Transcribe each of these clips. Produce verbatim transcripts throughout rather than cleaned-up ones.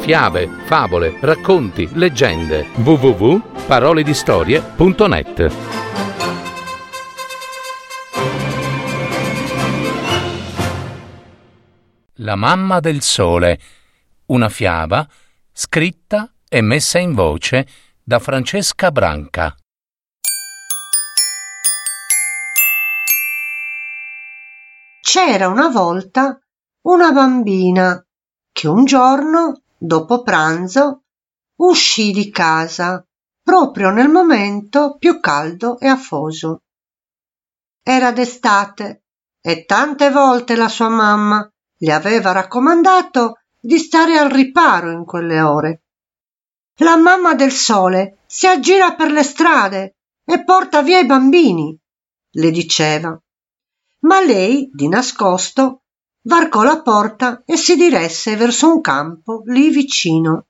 fiabe, favole, racconti, leggende. w w w punto paroledistorie punto net. La mamma del sole, una fiaba scritta e messa in voce da Francesca Branca. C'era una volta una bambina che un giorno, dopo pranzo, uscì di casa proprio nel momento più caldo e afoso. Era d'estate e tante volte la sua mamma le aveva raccomandato di stare al riparo in quelle ore. La mamma del sole si aggira per le strade e porta via i bambini, le diceva. Ma lei, di nascosto, varcò la porta e si diresse verso un campo lì vicino.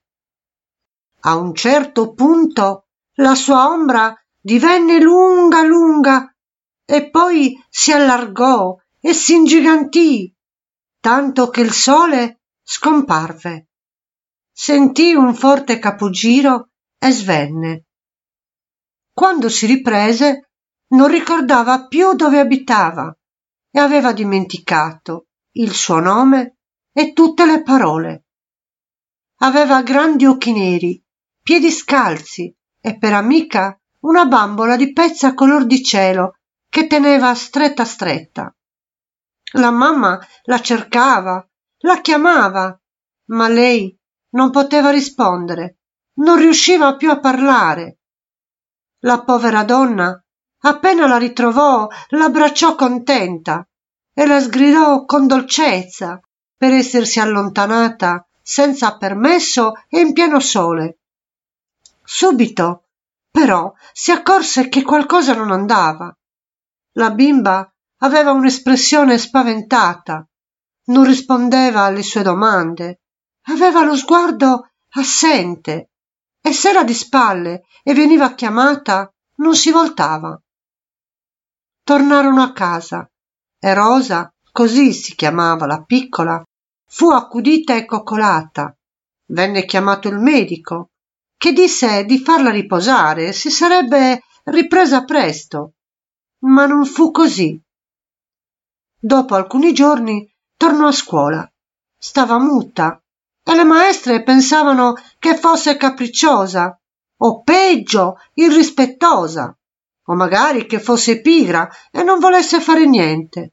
A un certo punto la sua ombra divenne lunga lunga e poi si allargò e si ingigantì, tanto che il sole scomparve. Sentì un forte capogiro e svenne. Quando si riprese, non ricordava più dove abitava e aveva dimenticato il suo nome e tutte le parole. Aveva grandi occhi neri, piedi scalzi e per amica una bambola di pezza color di cielo che teneva stretta stretta. La mamma la cercava, la chiamava, ma lei non poteva rispondere, non riusciva più a parlare. La povera donna, appena la ritrovò, l'abbracciò contenta e la sgridò con dolcezza per essersi allontanata senza permesso e in pieno sole. Subito, però, si accorse che qualcosa non andava. La bimba aveva un'espressione spaventata, non rispondeva alle sue domande, aveva lo sguardo assente e se era di spalle e veniva chiamata non si voltava. Tornarono a casa e Rosa, così si chiamava la piccola, fu accudita e coccolata. Venne chiamato il medico, che disse di farla riposare e si sarebbe ripresa presto, ma non fu così. Dopo alcuni giorni tornò a scuola. Stava muta e le maestre pensavano che fosse capricciosa o peggio irrispettosa o magari che fosse pigra e non volesse fare niente.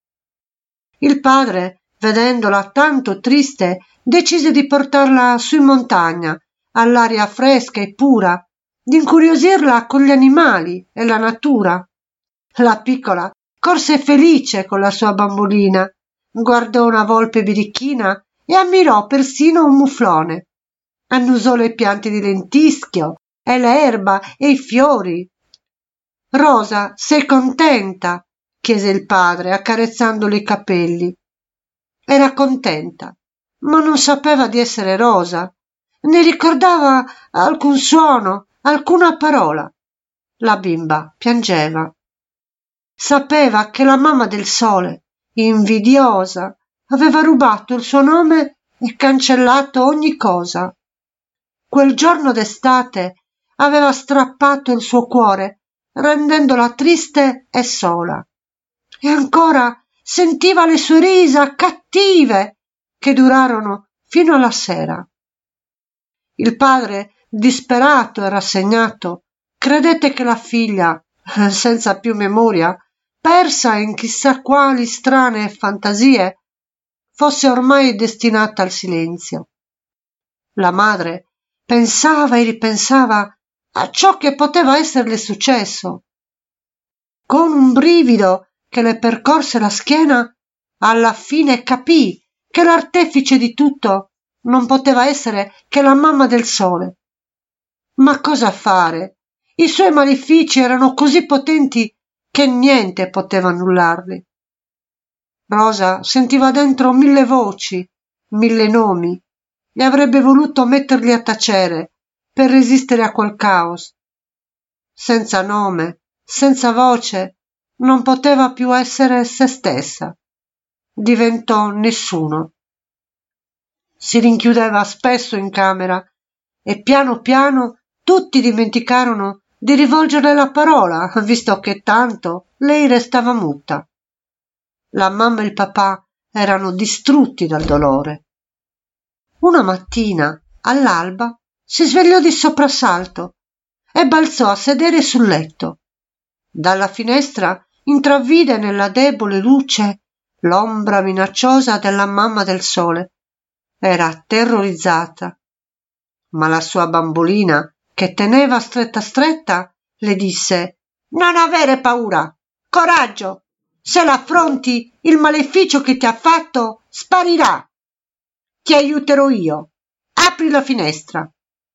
Il padre, vedendola tanto triste, decise di portarla su in montagna, all'aria fresca e pura, di incuriosirla con gli animali e la natura. La piccola corse felice con la sua bambolina, guardò una volpe birichina e ammirò persino un muflone. Annusò le piante di lentischio e l'erba e i fiori. Rosa, sei contenta? Chiese il padre, accarezzandole i capelli. Era contenta, ma non sapeva di essere Rosa, né ricordava alcun suono, alcuna parola. La bimba piangeva. Sapeva che la mamma del sole, invidiosa, aveva rubato il suo nome e cancellato ogni cosa. Quel giorno d'estate aveva strappato il suo cuore, rendendola triste e sola. E ancora sentiva le sue risa cattive che durarono fino alla sera. Il padre, disperato e rassegnato, credette che la figlia, senza più memoria, persa in chissà quali strane fantasie, fosse ormai destinata al silenzio. La madre pensava e ripensava a ciò che poteva esserle successo. Con un brivido che le percorse la schiena, alla fine capì che l'artefice di tutto non poteva essere che la mamma del sole. Ma cosa fare? I suoi malefici erano così potenti che niente poteva annullarli. Rosa sentiva dentro mille voci, mille nomi, e avrebbe voluto metterli a tacere per resistere a quel caos. Senza nome, senza voce, non poteva più essere se stessa. Diventò nessuno. si rinchiudeva spesso in camera e piano piano tutti dimenticarono di rivolgerle la parola, visto che tanto lei restava muta. La mamma e il papà erano distrutti dal dolore. Una mattina, all'alba, si svegliò di soprassalto e balzò a sedere sul letto. Dalla finestra intravvide nella debole luce l'ombra minacciosa della mamma del sole. Era terrorizzata, ma la sua bambolina, che teneva stretta stretta, le disse: «Non avere paura, coraggio! Se l'affronti, il maleficio che ti ha fatto sparirà. Ti aiuterò io. Apri la finestra».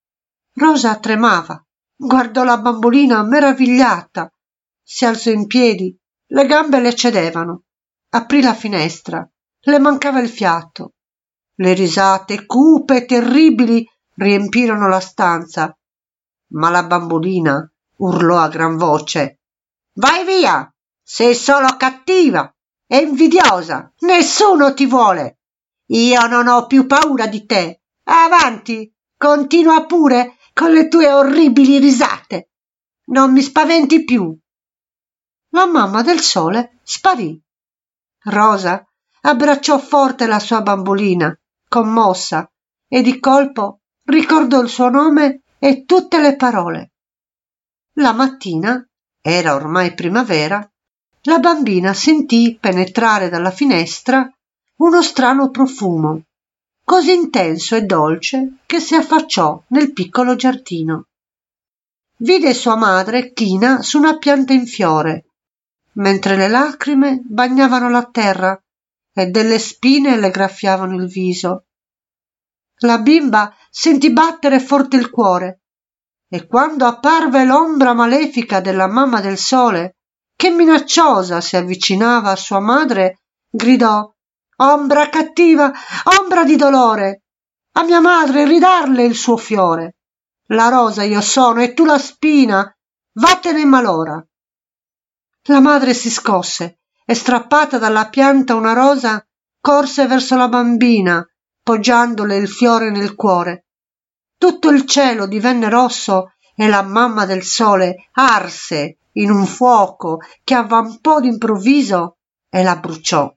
Rosa tremava, guardò la bambolina meravigliata, si alzò in piedi, le gambe le cedevano, aprì la finestra, le mancava il fiato. Le risate cupe e terribili riempirono la stanza, ma la bambolina urlò a gran voce: «Vai via! Sei solo cattiva e invidiosa! Nessuno ti vuole! Io non ho più paura di te! Avanti! Continua pure con le tue orribili risate! Non mi spaventi più!» La mamma del sole sparì. Rosa abbracciò forte la sua bambolina, commossa, e di colpo ricordò il suo nome e tutte le parole. La mattina, era ormai primavera, la bambina sentì penetrare dalla finestra uno strano profumo, così intenso e dolce che si affacciò nel piccolo giardino. Vide sua madre china su una pianta in fiore, mentre le lacrime bagnavano la terra e delle spine le graffiavano il viso. La bimba sentì battere forte il cuore e quando apparve l'ombra malefica della mamma del sole, che minacciosa si avvicinava a sua madre, gridò: «Ombra cattiva, ombra di dolore, a mia madre ridarle il suo fiore. La rosa io sono e tu la spina, vattene in malora». La madre si scosse e, strappata dalla pianta una rosa, corse verso la bambina, poggiandole il fiore nel cuore. Tutto il cielo divenne rosso e la mamma del sole arse in un fuoco che avvampò d'improvviso e la bruciò.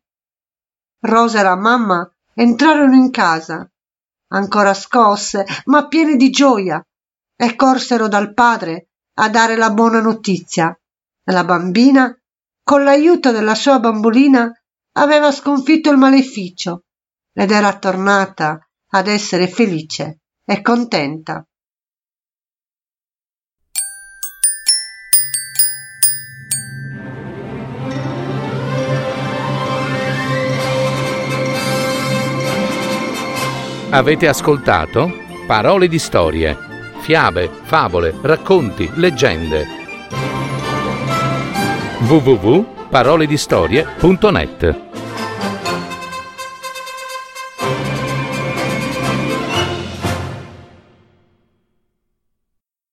Rosa e la mamma entrarono in casa, ancora scosse ma piene di gioia, e corsero dal padre a dare la buona notizia. La bambina, con l'aiuto della sua bambolina, aveva sconfitto il maleficio ed era tornata ad essere felice e contenta. Avete ascoltato Parole di storie, fiabe, favole, racconti, leggende. w w w punto paroledistorie punto net